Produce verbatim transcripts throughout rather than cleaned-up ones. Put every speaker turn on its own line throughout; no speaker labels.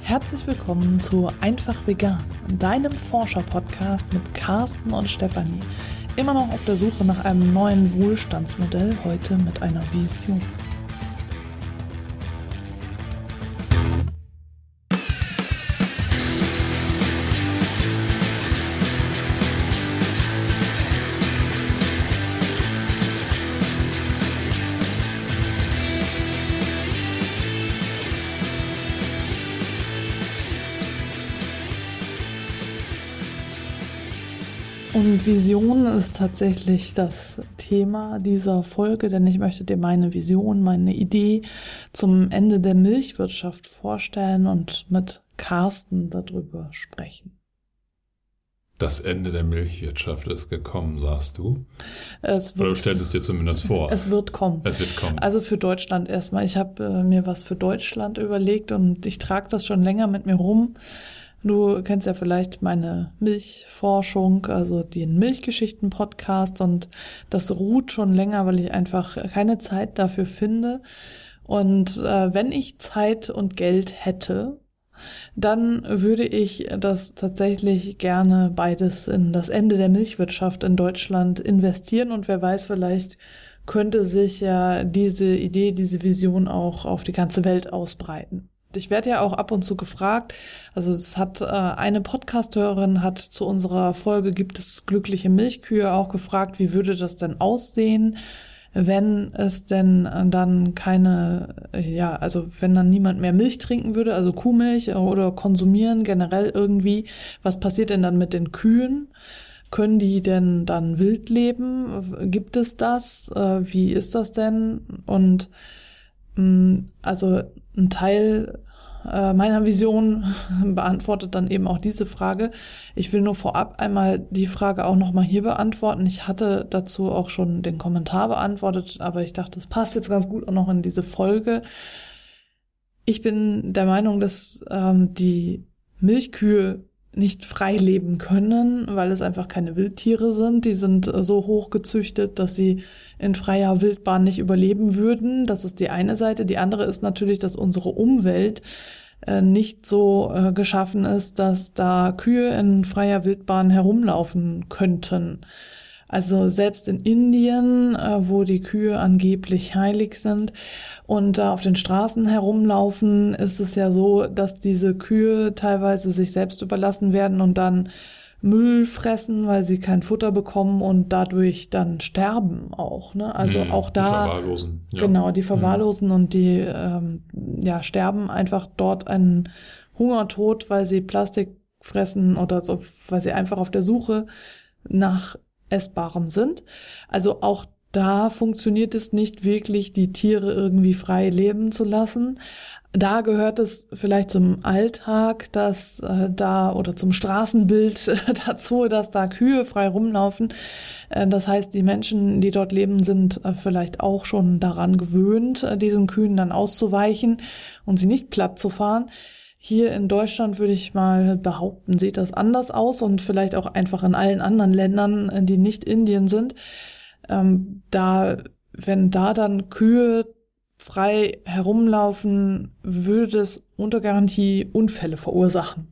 Herzlich willkommen zu Einfach Vegan, deinem Forscher-Podcast mit Carsten und Stefanie. Immer noch auf der Suche nach einem neuen Wohlstandsmodell, heute mit einer Vision. Und Vision ist tatsächlich das Thema dieser Folge, denn ich möchte dir meine Vision, meine Idee zum Ende der Milchwirtschaft vorstellen und mit Carsten darüber sprechen.
Das Ende der Milchwirtschaft ist gekommen, sagst du?
Es wird,
Oder du stellst es dir zumindest vor?
Es wird kommen.
Es wird kommen.
Also für Deutschland erstmal. Ich habe äh, mir was für Deutschland überlegt und ich trage das schon länger mit mir rum. Du kennst ja vielleicht meine Milchforschung, also den Milchgeschichten-Podcast, und das ruht schon länger, weil ich einfach keine Zeit dafür finde. Und äh, wenn ich Zeit und Geld hätte, dann würde ich das tatsächlich gerne beides in das Ende der Milchwirtschaft in Deutschland investieren. Und wer weiß, vielleicht könnte sich ja diese Idee, diese Vision auch auf die ganze Welt ausbreiten. Ich werde ja auch ab und zu gefragt, also es hat äh, eine Podcast-Hörerin hat zu unserer Folge Gibt es glückliche Milchkühe auch gefragt, wie würde das denn aussehen, wenn es denn dann keine, ja, also wenn dann niemand mehr Milch trinken würde, also Kuhmilch oder konsumieren generell irgendwie, was passiert denn dann mit den Kühen? Können die denn dann wild leben? Gibt es das? Äh, wie ist das denn? Und mh, also ein Teil äh, meiner Vision beantwortet dann eben auch diese Frage. Ich will nur vorab einmal die Frage auch nochmal hier beantworten. Ich hatte dazu auch schon den Kommentar beantwortet, aber ich dachte, das passt jetzt ganz gut auch noch in diese Folge. Ich bin der Meinung, dass ähm, die Milchkühe nicht frei leben können, weil es einfach keine Wildtiere sind. Die sind so hoch gezüchtet, dass sie in freier Wildbahn nicht überleben würden. Das ist die eine Seite. Die andere ist natürlich, dass unsere Umwelt äh, nicht so äh, geschaffen ist, dass da Kühe in freier Wildbahn herumlaufen könnten. Also selbst in Indien, äh, wo die Kühe angeblich heilig sind und da auf den Straßen herumlaufen, ist es ja so, dass diese Kühe teilweise sich selbst überlassen werden und dann Müll fressen, weil sie kein Futter bekommen und dadurch dann sterben auch. Ne? Also
hm,
auch da,
die verwahrlosen. Ja.
Genau, die verwahrlosen hm. und die ähm, ja sterben einfach dort einen Hungertod, weil sie Plastik fressen oder so, weil sie einfach auf der Suche nach Essbarem sind. Also auch da funktioniert es nicht wirklich, die Tiere irgendwie frei leben zu lassen. Da gehört es vielleicht zum Alltag, dass äh, da oder zum Straßenbild dazu, dass da Kühe frei rumlaufen. Äh, das heißt, die Menschen, die dort leben, sind äh, vielleicht auch schon daran gewöhnt, äh, diesen Kühen dann auszuweichen und sie nicht platt zu fahren. Hier in Deutschland würde ich mal behaupten, sieht das anders aus und vielleicht auch einfach in allen anderen Ländern, die nicht Indien sind. Ähm, da, wenn da dann Kühe frei herumlaufen, würde es unter Garantie Unfälle verursachen.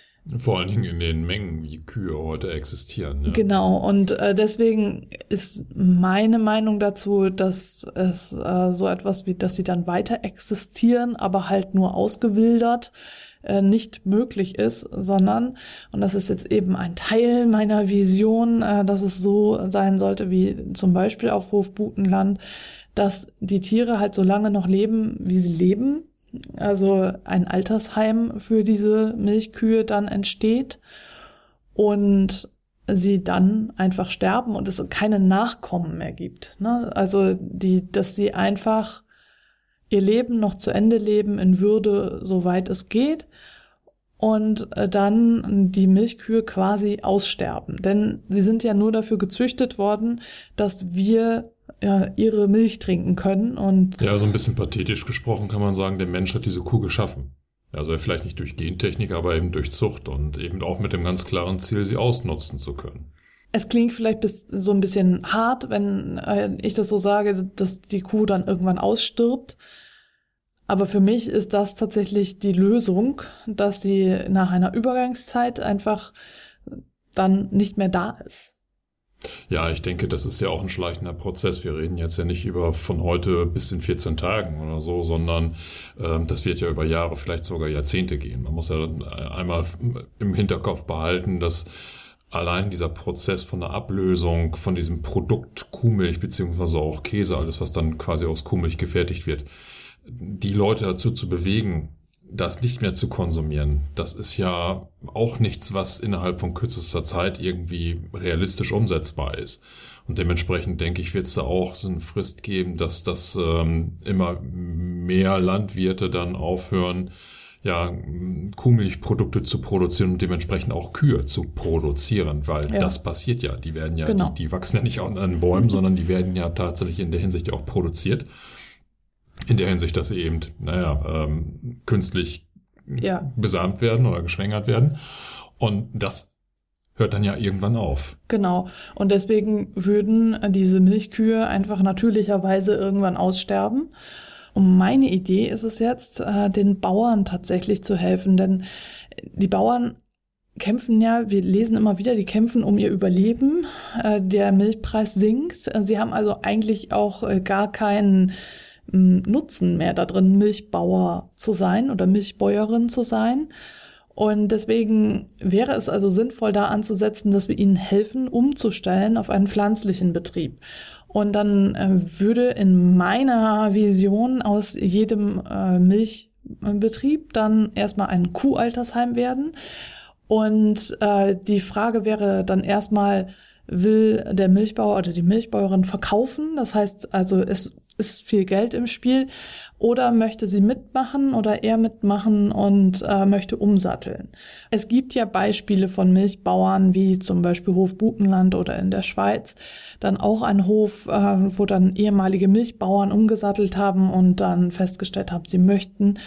Vor allen Dingen in den Mengen, wie Kühe heute existieren. Ja.
Genau, und äh, deswegen ist meine Meinung dazu, dass es äh, so etwas wie, dass sie dann weiter existieren, aber halt nur ausgewildert, äh, nicht möglich ist, sondern, und das ist jetzt eben ein Teil meiner Vision, äh, dass es so sein sollte wie zum Beispiel auf Hofbutenland, dass die Tiere halt so lange noch leben, wie sie leben. Also ein Altersheim für diese Milchkühe dann entsteht und sie dann einfach sterben und es keine Nachkommen mehr gibt. Ne? Also die, dass sie einfach ihr Leben noch zu Ende leben in Würde, soweit es geht, und dann die Milchkühe quasi aussterben. Denn sie sind ja nur dafür gezüchtet worden, dass wir ja, ihre Milch trinken können. Und
ja, so ein bisschen pathetisch gesprochen kann man sagen, der Mensch hat diese Kuh geschaffen. Also vielleicht nicht durch Gentechnik, aber eben durch Zucht und eben auch mit dem ganz klaren Ziel, sie ausnutzen zu können.
Es klingt vielleicht bis so ein bisschen hart, wenn ich das so sage, dass die Kuh dann irgendwann ausstirbt. Aber für mich ist das tatsächlich die Lösung, dass sie nach einer Übergangszeit einfach dann nicht mehr da ist.
Ja, ich denke, das ist ja auch ein schleichender Prozess. Wir reden jetzt ja nicht über von heute bis in vierzehn Tagen oder so, sondern äh, das wird ja über Jahre, vielleicht sogar Jahrzehnte gehen. Man muss ja einmal im Hinterkopf behalten, dass allein dieser Prozess von der Ablösung von diesem Produkt Kuhmilch beziehungsweise auch Käse, alles was dann quasi aus Kuhmilch gefertigt wird, die Leute dazu zu bewegen, das nicht mehr zu konsumieren, das ist ja auch nichts, was innerhalb von kürzester Zeit irgendwie realistisch umsetzbar ist. Und dementsprechend denke ich, wird es da auch so eine Frist geben, dass das ähm, immer mehr Landwirte dann aufhören, ja, Kuhmilchprodukte zu produzieren und dementsprechend auch Kühe zu produzieren, weil ja. das passiert ja. Die werden ja, genau. die, die wachsen ja nicht an den Bäumen, sondern die werden ja tatsächlich in der Hinsicht auch produziert. In der Hinsicht, dass sie eben, naja, ähm, künstlich ja. besamt werden oder geschwängert werden. Und das hört dann ja irgendwann auf.
Genau. Und deswegen würden diese Milchkühe einfach natürlicherweise irgendwann aussterben. Und meine Idee ist es jetzt, äh, den Bauern tatsächlich zu helfen. Denn die Bauern kämpfen ja, wir lesen immer wieder, die kämpfen um ihr Überleben. Äh, der Milchpreis sinkt. Sie haben also eigentlich auch äh, gar keinen Nutzen mehr da drin, Milchbauer zu sein oder Milchbäuerin zu sein. Und deswegen wäre es also sinnvoll, da anzusetzen, dass wir ihnen helfen, umzustellen auf einen pflanzlichen Betrieb. Und dann äh, würde in meiner Vision aus jedem äh, Milchbetrieb dann erstmal ein Kuhaltersheim werden. Und äh, die Frage wäre dann erstmal, will der Milchbauer oder die Milchbäuerin verkaufen? Das heißt also, es ist viel Geld im Spiel, oder möchte sie mitmachen oder er mitmachen und äh, möchte umsatteln. Es gibt ja Beispiele von Milchbauern, wie zum Beispiel Hof Butenland oder in der Schweiz, dann auch ein Hof, äh, wo dann ehemalige Milchbauern umgesattelt haben und dann festgestellt haben, sie möchten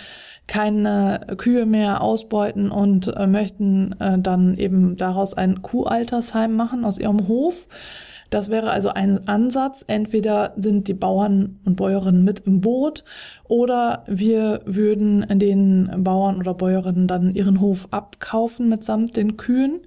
keine Kühe mehr ausbeuten und äh, möchten äh, dann eben daraus ein Kuhaltersheim machen aus ihrem Hof. Das wäre also ein Ansatz. Entweder sind die Bauern und Bäuerinnen mit im Boot oder wir würden den Bauern oder Bäuerinnen dann ihren Hof abkaufen mitsamt den Kühen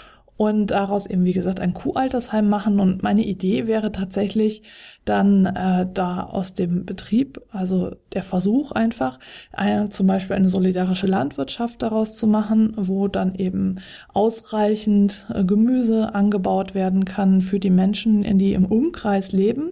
und daraus eben, wie gesagt, ein Kuhaltersheim machen. Und meine Idee wäre tatsächlich dann äh, da aus dem Betrieb, also der Versuch einfach, äh, zum Beispiel eine solidarische Landwirtschaft daraus zu machen, wo dann eben ausreichend äh, Gemüse angebaut werden kann für die Menschen, die im Umkreis leben.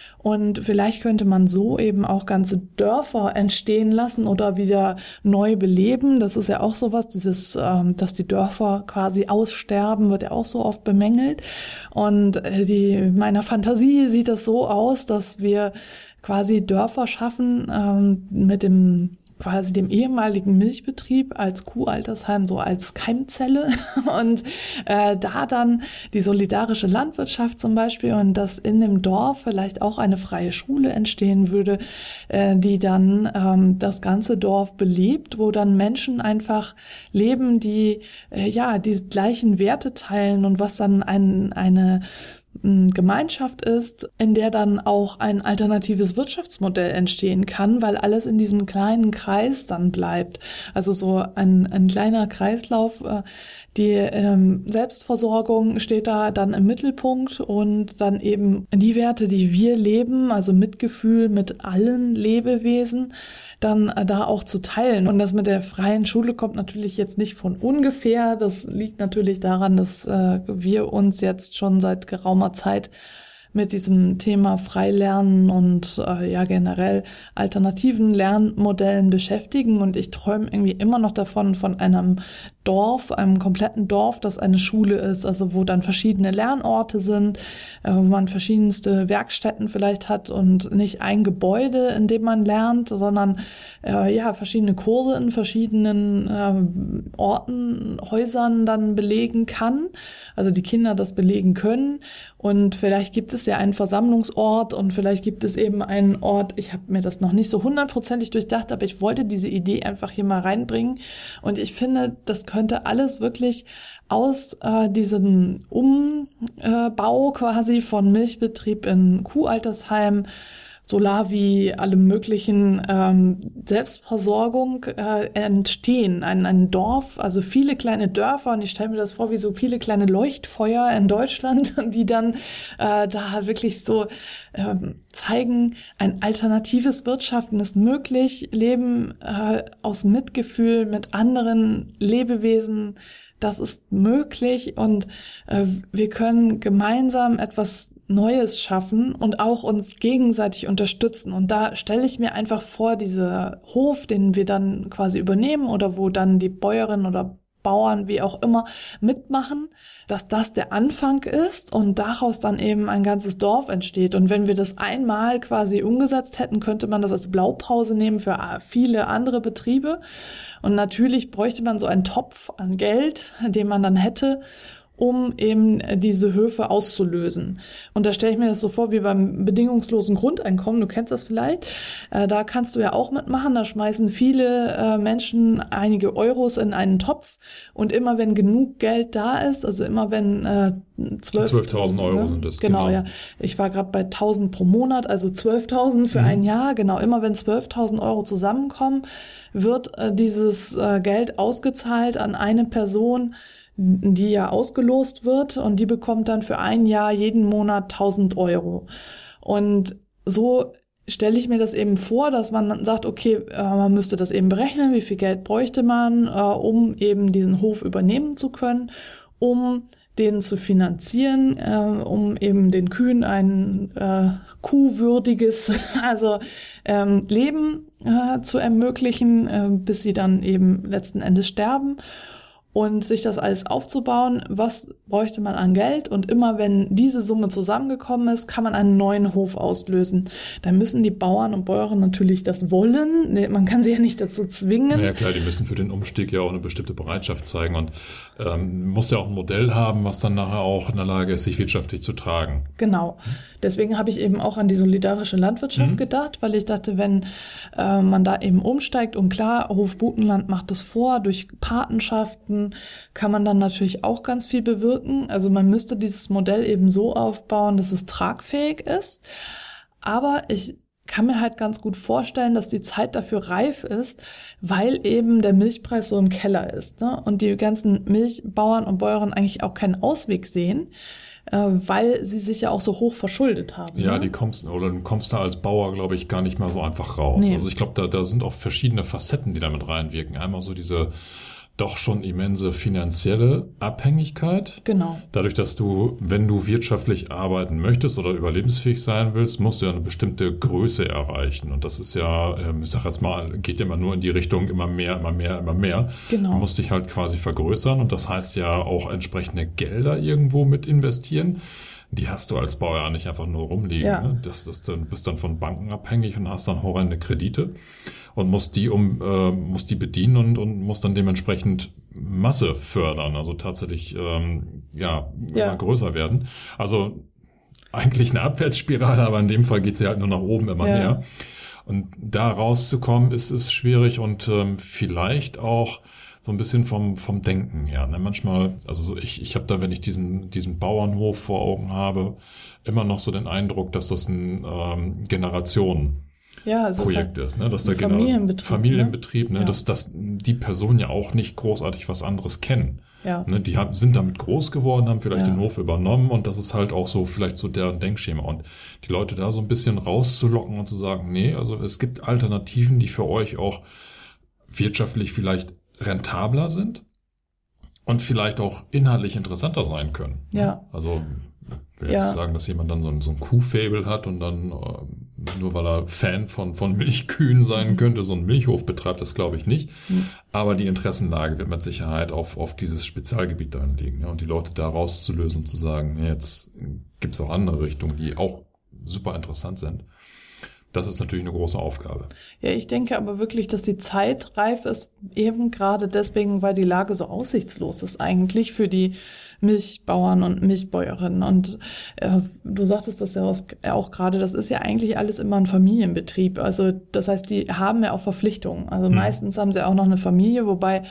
Und vielleicht könnte man so eben auch ganze Dörfer entstehen lassen oder wieder neu beleben. Das ist ja auch sowas, dieses, ähm, dass die Dörfer quasi aussterben, wird ja auch so oft bemängelt. Und die, meiner Fantasie sieht das so aus, dass wir quasi Dörfer schaffen ähm, mit dem quasi dem ehemaligen Milchbetrieb als Kuhaltersheim, so als Keimzelle und äh, da dann die solidarische Landwirtschaft zum Beispiel und dass in dem Dorf vielleicht auch eine freie Schule entstehen würde, äh, die dann ähm, das ganze Dorf belebt, wo dann Menschen einfach leben, die äh, ja die gleichen Werte teilen und was dann ein, eine Gemeinschaft ist, in der dann auch ein alternatives Wirtschaftsmodell entstehen kann, weil alles in diesem kleinen Kreis dann bleibt. Also so ein, ein kleiner Kreislauf. Die ähm, Selbstversorgung steht da dann im Mittelpunkt und dann eben die Werte, die wir leben, also Mitgefühl mit allen Lebewesen, dann äh, da auch zu teilen. Und das mit der freien Schule kommt natürlich jetzt nicht von ungefähr. Das liegt natürlich daran, dass äh, wir uns jetzt schon seit geraumer Zeit mit diesem Thema Freilernen und äh, ja generell alternativen Lernmodellen beschäftigen. Und ich träume irgendwie immer noch davon, von einem Dorf, einem kompletten Dorf, das eine Schule ist, also wo dann verschiedene Lernorte sind, äh, wo man verschiedenste Werkstätten vielleicht hat und nicht ein Gebäude, in dem man lernt, sondern äh, ja verschiedene Kurse in verschiedenen äh, Orten, Häusern dann belegen kann, also die Kinder das belegen können. Und vielleicht gibt es ja einen Versammlungsort und vielleicht gibt es eben einen Ort, ich habe mir das noch nicht so hundertprozentig durchdacht, aber ich wollte diese Idee einfach hier mal reinbringen. Und ich finde, das könnte alles wirklich aus äh, diesem Umbau quasi von Milchbetrieb in Kuhaltersheim Solavi, allem möglichen ähm, Selbstversorgung äh, entstehen. Ein, ein Dorf, also viele kleine Dörfer, und ich stelle mir das vor wie so viele kleine Leuchtfeuer in Deutschland, die dann äh, da wirklich so ähm, zeigen, ein alternatives Wirtschaften ist möglich, Leben äh, aus Mitgefühl mit anderen Lebewesen, das ist möglich, und äh, wir können gemeinsam etwas Neues schaffen und auch uns gegenseitig unterstützen. Und da stelle ich mir einfach vor, dieser Hof, den wir dann quasi übernehmen oder wo dann die Bäuerinnen oder Bauern, wie auch immer, mitmachen, dass das der Anfang ist und daraus dann eben ein ganzes Dorf entsteht. Und wenn wir das einmal quasi umgesetzt hätten, könnte man das als Blaupause nehmen für viele andere Betriebe. Und natürlich bräuchte man so einen Topf an Geld, den man dann hätte, um eben diese Höfe auszulösen. Und da stelle ich mir das so vor wie beim bedingungslosen Grundeinkommen, du kennst das vielleicht, äh, da kannst du ja auch mitmachen, da schmeißen viele äh, Menschen einige Euros in einen Topf, und immer wenn genug Geld da ist, also immer wenn äh,
zwölftausend Euro sind das.
Genau,
genau.
ja. Ich war gerade bei tausend pro Monat, also zwölftausend für mhm. ein Jahr, genau. Immer wenn zwölftausend Euro zusammenkommen, wird äh, dieses äh, Geld ausgezahlt an eine Person, die ja ausgelost wird, und die bekommt dann für ein Jahr jeden Monat tausend Euro. Und so stelle ich mir das eben vor, dass man dann sagt, okay, äh, man müsste das eben berechnen, wie viel Geld bräuchte man, äh, um eben diesen Hof übernehmen zu können, um den zu finanzieren, äh, um eben den Kühen ein äh, kuhwürdiges also ähm, Leben äh, zu ermöglichen, äh, bis sie dann eben letzten Endes sterben. Und sich das alles aufzubauen, was bräuchte man an Geld? Und immer wenn diese Summe zusammengekommen ist, kann man einen neuen Hof auslösen. Dann müssen die Bauern und Bäuerinnen natürlich das wollen. Man kann sie ja nicht dazu zwingen.
Ja klar, die müssen für den Umstieg ja auch eine bestimmte Bereitschaft zeigen. Und ähm, muss ja auch ein Modell haben, was dann nachher auch in der Lage ist, sich wirtschaftlich zu tragen.
Genau. Deswegen habe ich eben auch an die solidarische Landwirtschaft mhm. gedacht, weil ich dachte, wenn äh, man da eben umsteigt, und klar, Hof Butenland macht das vor, durch Patenschaften kann man dann natürlich auch ganz viel bewirken. Also man müsste dieses Modell eben so aufbauen, dass es tragfähig ist. Aber ich kann mir halt ganz gut vorstellen, dass die Zeit dafür reif ist, weil eben der Milchpreis so im Keller ist, ne? Und die ganzen Milchbauern und Bäuerinnen eigentlich auch keinen Ausweg sehen, weil sie sich ja auch so hoch verschuldet haben.
Ja,
ne?
die kommst, oder du kommst da als Bauer, glaube ich, gar nicht mal so einfach raus. Nee. Also ich glaube, da, da sind auch verschiedene Facetten, die damit reinwirken. Einmal so diese doch schon immense finanzielle Abhängigkeit.
Genau.
Dadurch, dass du, wenn du wirtschaftlich arbeiten möchtest oder überlebensfähig sein willst, musst du ja eine bestimmte Größe erreichen. Und das ist ja, ich sag jetzt mal, geht ja immer nur in die Richtung immer mehr, immer mehr, immer mehr.
Genau.
Du musst dich halt quasi vergrößern, und das heißt ja auch entsprechende Gelder irgendwo mit investieren. Die hast du als Bauer nicht einfach nur rumliegen.
Ja.
Ne? Das ist dann, bist dann von Banken abhängig und hast dann horrende Kredite und musst die um äh, musst die bedienen und, und musst dann dementsprechend Masse fördern, also tatsächlich ähm, ja, ja immer größer werden. Also eigentlich eine Abwärtsspirale, aber in dem Fall geht sie halt nur nach oben immer ja. mehr. Und da rauszukommen ist ist schwierig, und ähm, vielleicht auch so ein bisschen vom vom Denken her. Ne? Manchmal, also so ich ich habe da, wenn ich diesen diesen Bauernhof vor Augen habe, immer noch so den Eindruck, dass das ein ähm, Generationen
ja, es
Projekt ist,
ist,
halt ist, ne? Dass
der
Familienbetrieb, Familienbetrieb, ne?
Ja.
Dass, dass die Personen ja auch nicht großartig was anderes kennen.
Ja.
Ne? Die haben, sind damit groß geworden, haben vielleicht
ja.
den Hof übernommen, und das ist halt auch so vielleicht so deren Denkschema. Und die Leute da so ein bisschen rauszulocken und zu sagen, nee, also es gibt Alternativen, die für euch auch wirtschaftlich vielleicht rentabler sind und vielleicht auch inhaltlich interessanter sein können.
Ja.
Also ich will jetzt
ja.
sagen, dass jemand dann so ein, so ein Kuhfabel hat und dann, äh, nur weil er Fan von, von Milchkühen sein mhm. könnte, so einen Milchhof betreibt, das glaube ich nicht. Mhm. Aber die Interessenlage wird mit Sicherheit auf, auf dieses Spezialgebiet dann liegen. Ja? Und die Leute da rauszulösen und zu sagen, nee, jetzt gibt es auch andere Richtungen, die auch super interessant sind. Das ist natürlich eine große Aufgabe.
Ja, ich denke aber wirklich, dass die Zeit reif ist, eben gerade deswegen, weil die Lage so aussichtslos ist eigentlich für die Milchbauern und Milchbäuerinnen. Und äh, du sagtest das ja auch gerade, das ist ja eigentlich alles immer ein Familienbetrieb. Also das heißt, die haben ja auch Verpflichtungen. Also mhm. meistens haben sie auch noch eine Familie, wobei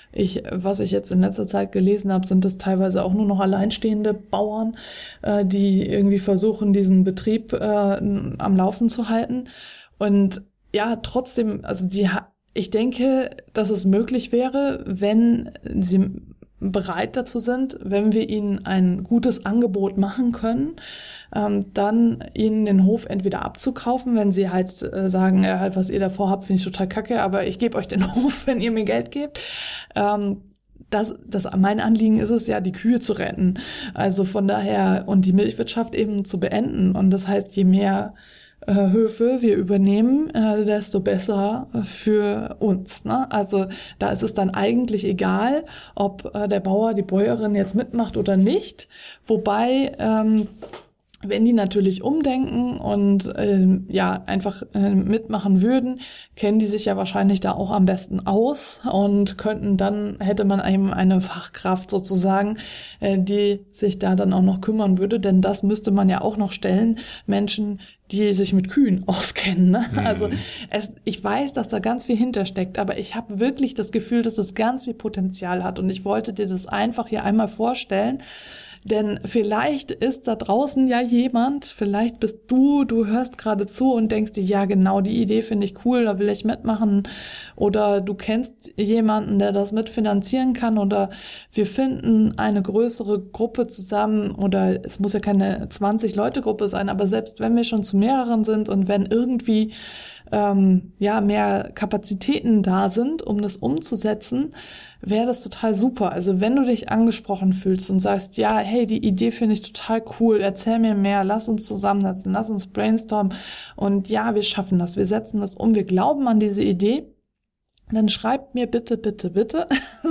Ich, was ich jetzt in letzter Zeit gelesen habe, sind das teilweise auch nur noch alleinstehende Bauern, äh, die irgendwie versuchen, diesen Betrieb äh, am Laufen zu halten. Und ja, trotzdem, also die, ich denke, dass es möglich wäre, wenn sie bereit dazu sind, wenn wir ihnen ein gutes Angebot machen können, ähm, dann ihnen den Hof entweder abzukaufen, wenn sie halt äh, sagen, äh, was ihr davor habt, finde ich total kacke, aber ich gebe euch den Hof, wenn ihr mir Geld gebt. Ähm, das, das, mein Anliegen ist es ja, die Kühe zu retten. Also von daher, und die Milchwirtschaft eben zu beenden. Und das heißt, je mehr Äh, Höfe wir übernehmen, äh, desto besser äh, für uns. Ne? Also da ist es dann eigentlich egal, ob äh, der Bauer, die Bäuerin jetzt mitmacht oder nicht. Wobei, ähm, wenn die natürlich umdenken und ähm, ja einfach äh, mitmachen würden, kennen die sich ja wahrscheinlich da auch am besten aus und könnten dann, hätte man eben eine Fachkraft sozusagen, äh, die sich da dann auch noch kümmern würde, denn das müsste man ja auch noch stellen, Menschen, die sich mit Kühen auskennen. Ne? Mhm. Also es, ich weiß, dass da ganz viel hintersteckt, aber ich habe wirklich das Gefühl, dass es ganz viel Potenzial hat und ich wollte dir das einfach hier einmal vorstellen. Denn vielleicht ist da draußen ja jemand, vielleicht bist du, du hörst gerade zu und denkst dir, ja genau, die Idee finde ich cool, da will ich mitmachen. Oder du kennst jemanden, der das mitfinanzieren kann. Oder wir finden eine größere Gruppe zusammen. Oder es muss ja keine zwanzig-Leute-Gruppe sein, aber selbst wenn wir schon zu mehreren sind und wenn irgendwie ähm, ja mehr Kapazitäten da sind, um das umzusetzen, wäre das total super. Also wenn du dich angesprochen fühlst und sagst, ja, hey, die Idee finde ich total cool, erzähl mir mehr, lass uns zusammensetzen, lass uns brainstormen und ja, wir schaffen das, wir setzen das um, wir glauben an diese Idee, dann schreibt mir bitte, bitte, bitte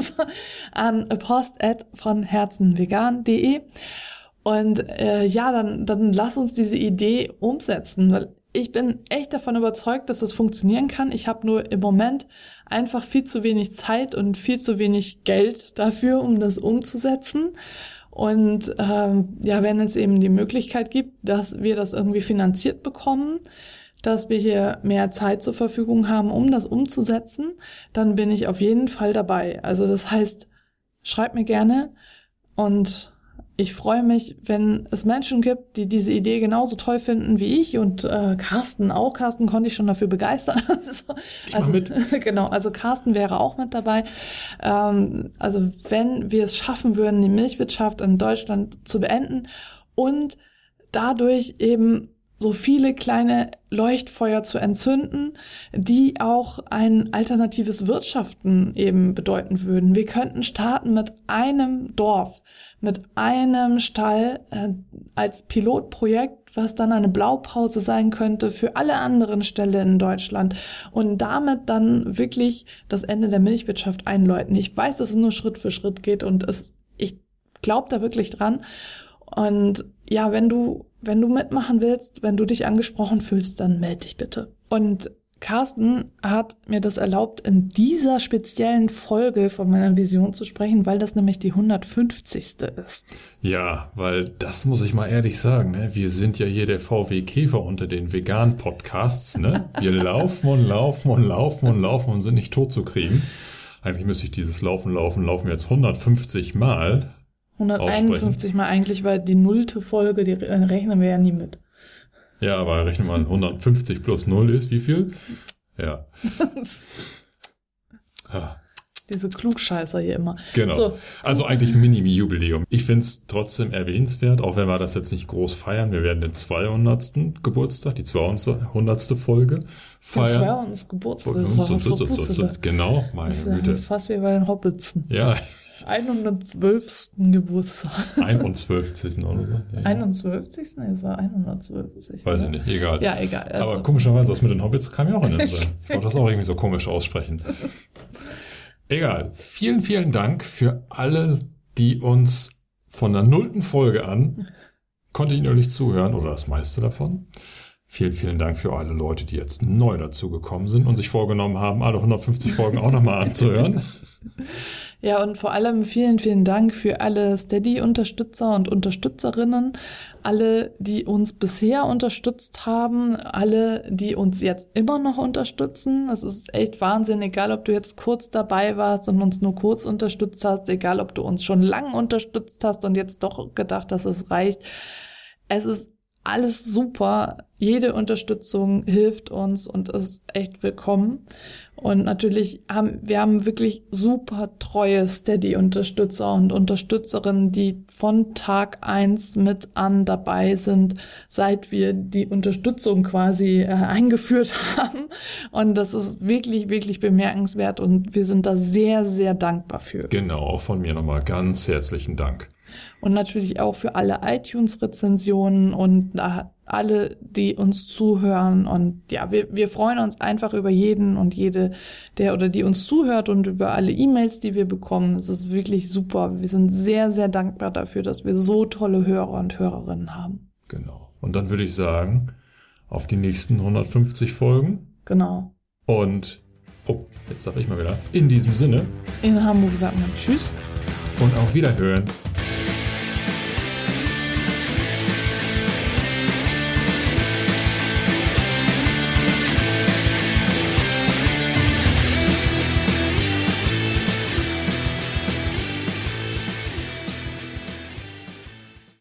an post at von herzenvegan punkt de und äh, ja, dann, dann lass uns diese Idee umsetzen, weil ich bin echt davon überzeugt, dass es funktionieren kann. Ich habe nur im Moment einfach viel zu wenig Zeit und viel zu wenig Geld dafür, um das umzusetzen. Und ähm, ja, wenn es eben die Möglichkeit gibt, dass wir das irgendwie finanziert bekommen, dass wir hier mehr Zeit zur Verfügung haben, um das umzusetzen, dann bin ich auf jeden Fall dabei. Also das heißt, schreibt mir gerne und ich freue mich, wenn es Menschen gibt, die diese Idee genauso toll finden wie ich und äh, Carsten auch. Carsten konnte ich schon dafür begeistern. also,
ich mach mit.
Genau, also Carsten wäre auch mit dabei. Ähm, also wenn wir es schaffen würden, die Milchwirtschaft in Deutschland zu beenden und dadurch eben so viele kleine Leuchtfeuer zu entzünden, die auch ein alternatives Wirtschaften eben bedeuten würden. Wir könnten starten mit einem Dorf, mit einem Stall äh, als Pilotprojekt, was dann eine Blaupause sein könnte für alle anderen Ställe in Deutschland und damit dann wirklich das Ende der Milchwirtschaft einläuten. Ich weiß, dass es nur Schritt für Schritt geht und es, ich glaube da wirklich dran. Und ja, wenn du wenn du mitmachen willst, wenn du dich angesprochen fühlst, dann melde dich bitte. Und Carsten hat mir das erlaubt, in dieser speziellen Folge von meiner Vision zu sprechen, weil das nämlich die hundertfünfzigste ist.
Ja, weil das muss ich mal ehrlich sagen, ne? Wir sind ja hier der V W Käfer unter den veganen Podcasts. Ne? Wir laufen und laufen und laufen und laufen und sind nicht tot zu kriegen. Eigentlich müsste ich dieses Laufen, Laufen, Laufen jetzt hundertfünfzig Mal
hunderteinundfünfzig Mal eigentlich, weil die nullte Folge, die rechnen wir ja nie mit.
Ja, aber rechnen wir mal hundertfünfzig plus null ist wie viel? Ja.
ah. Diese Klugscheißer hier immer.
Genau. So. Also eigentlich ein Mini-Jubiläum. Ich finde es trotzdem erwähnenswert, auch wenn wir das jetzt nicht groß feiern. Wir werden den zweihundertsten Geburtstag, die zweihundertste Folge feiern.
Den zweihundertsten Geburtstag. Das ist
doch genau, meine Güte.
Fast wie bei den Hobbitzen.
Ja.
hundertzwölfsten Geburtstag.
einundzwanzigsten oder so. Ja,
einundzwanzigsten Nee, es war hundertzwölfzig.
Weiß
oder?
ich nicht, egal.
Ja, egal. Also.
Aber komischerweise, das mit den Hobbits kann mir auch in den Sinn. Ich wollte das auch irgendwie so komisch aussprechen. Egal. Vielen, vielen Dank für alle, die uns von der nullten Folge an kontinuierlich zuhören, oder das meiste davon. Vielen, vielen Dank für alle Leute, die jetzt neu dazugekommen sind und sich vorgenommen haben, alle hundertfünfzig Folgen auch nochmal anzuhören.
Ja, und vor allem vielen, vielen Dank für alle Steady-Unterstützer und Unterstützerinnen, alle, die uns bisher unterstützt haben, alle, die uns jetzt immer noch unterstützen. Es ist echt Wahnsinn, egal ob du jetzt kurz dabei warst und uns nur kurz unterstützt hast, egal ob du uns schon lange unterstützt hast und jetzt doch gedacht hast, es reicht. Es ist alles super. Jede Unterstützung hilft uns und ist echt willkommen. Und natürlich haben wir haben wirklich super treue Steady-Unterstützer und Unterstützerinnen, die von Tag eins mit an dabei sind, seit wir die Unterstützung quasi äh, eingeführt haben. Und das ist wirklich, wirklich bemerkenswert und wir sind da sehr, sehr dankbar für.
Genau, auch von mir nochmal ganz herzlichen Dank.
Und natürlich auch für alle iTunes-Rezensionen und alle, die uns zuhören. Und ja, wir, wir freuen uns einfach über jeden und jede, der oder die uns zuhört und über alle E-Mails, die wir bekommen. Es ist wirklich super. Wir sind sehr, sehr dankbar dafür, dass wir so tolle Hörer und Hörerinnen haben.
Genau. Und dann würde ich sagen, auf die nächsten hundertfünfzig Folgen.
Genau.
Und, oh, jetzt darf ich mal wieder. In diesem Sinne.
In Hamburg sagt man Tschüss.
Und auf Wiederhören.